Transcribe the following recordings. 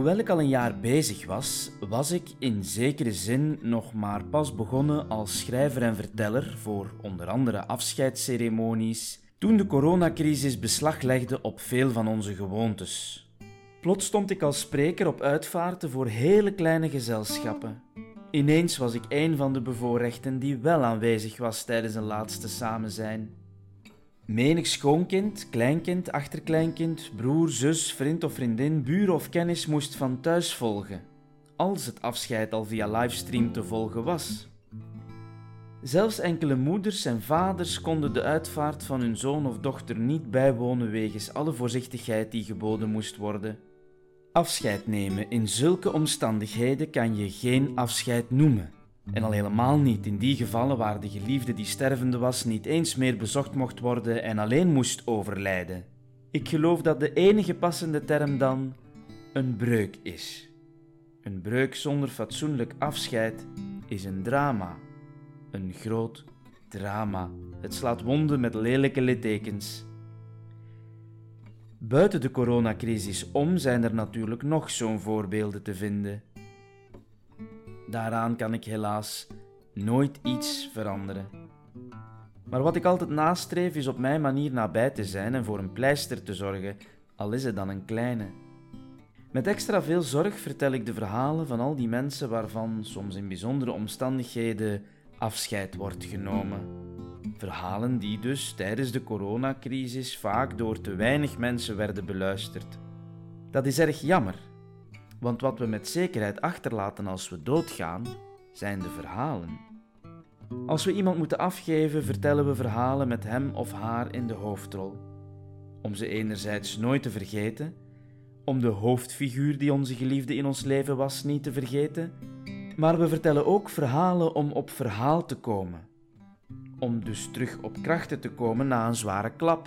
Hoewel ik al een jaar bezig was, was ik in zekere zin nog maar pas begonnen als schrijver en verteller voor onder andere afscheidsceremonies, toen de coronacrisis beslag legde op veel van onze gewoontes. Plots stond ik als spreker op uitvaarten voor hele kleine gezelschappen. Ineens was ik een van de bevoorrechten die wel aanwezig was tijdens een laatste samenzijn. Menig schoonkind, kleinkind, achterkleinkind, broer, zus, vriend of vriendin, buur of kennis moest van thuis volgen, als het afscheid al via livestream te volgen was. Zelfs enkele moeders en vaders konden de uitvaart van hun zoon of dochter niet bijwonen wegens alle voorzichtigheid die geboden moest worden. Afscheid nemen in zulke omstandigheden kan je geen afscheid noemen. En al helemaal niet in die gevallen waar de geliefde die stervende was niet eens meer bezocht mocht worden en alleen moest overlijden. Ik geloof dat de enige passende term dan een breuk is. Een breuk zonder fatsoenlijk afscheid is een drama. Een groot drama. Het slaat wonden met lelijke littekens. Buiten de coronacrisis om zijn er natuurlijk nog zo'n voorbeelden te vinden. Daaraan kan ik helaas nooit iets veranderen. Maar wat ik altijd nastreef is op mijn manier nabij te zijn en voor een pleister te zorgen, al is het dan een kleine. Met extra veel zorg vertel ik de verhalen van al die mensen waarvan soms in bijzondere omstandigheden afscheid wordt genomen. Verhalen die dus tijdens de coronacrisis vaak door te weinig mensen werden beluisterd. Dat is erg jammer. Want wat we met zekerheid achterlaten als we doodgaan, zijn de verhalen. Als we iemand moeten afgeven, vertellen we verhalen met hem of haar in de hoofdrol. Om ze enerzijds nooit te vergeten, om de hoofdfiguur die onze geliefde in ons leven was niet te vergeten, maar we vertellen ook verhalen om op verhaal te komen. Om dus terug op krachten te komen na een zware klap.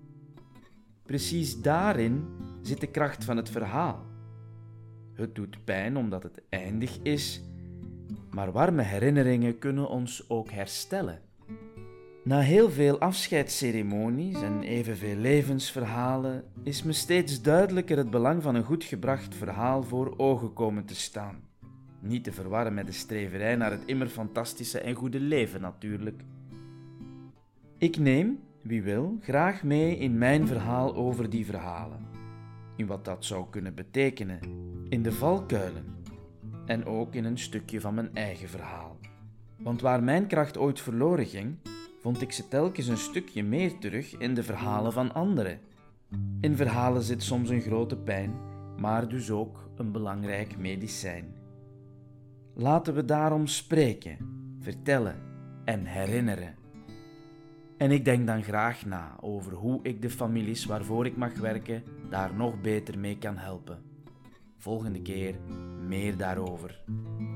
Precies daarin zit de kracht van het verhaal. Het doet pijn omdat het eindig is, maar warme herinneringen kunnen ons ook herstellen. Na heel veel afscheidsceremonies en evenveel levensverhalen is me steeds duidelijker het belang van een goed gebracht verhaal voor ogen komen te staan. Niet te verwarren met de streverij naar het immer fantastische en goede leven natuurlijk. Ik neem, wie wil, graag mee in mijn verhaal over die verhalen. In wat dat zou kunnen betekenen, in de valkuilen en ook in een stukje van mijn eigen verhaal. Want waar mijn kracht ooit verloren ging, vond ik ze telkens een stukje meer terug in de verhalen van anderen. In verhalen zit soms een grote pijn, maar dus ook een belangrijk medicijn. Laten we daarom spreken, vertellen en herinneren. En ik denk dan graag na over hoe ik de families waarvoor ik mag werken daar nog beter mee kan helpen. Volgende keer meer daarover.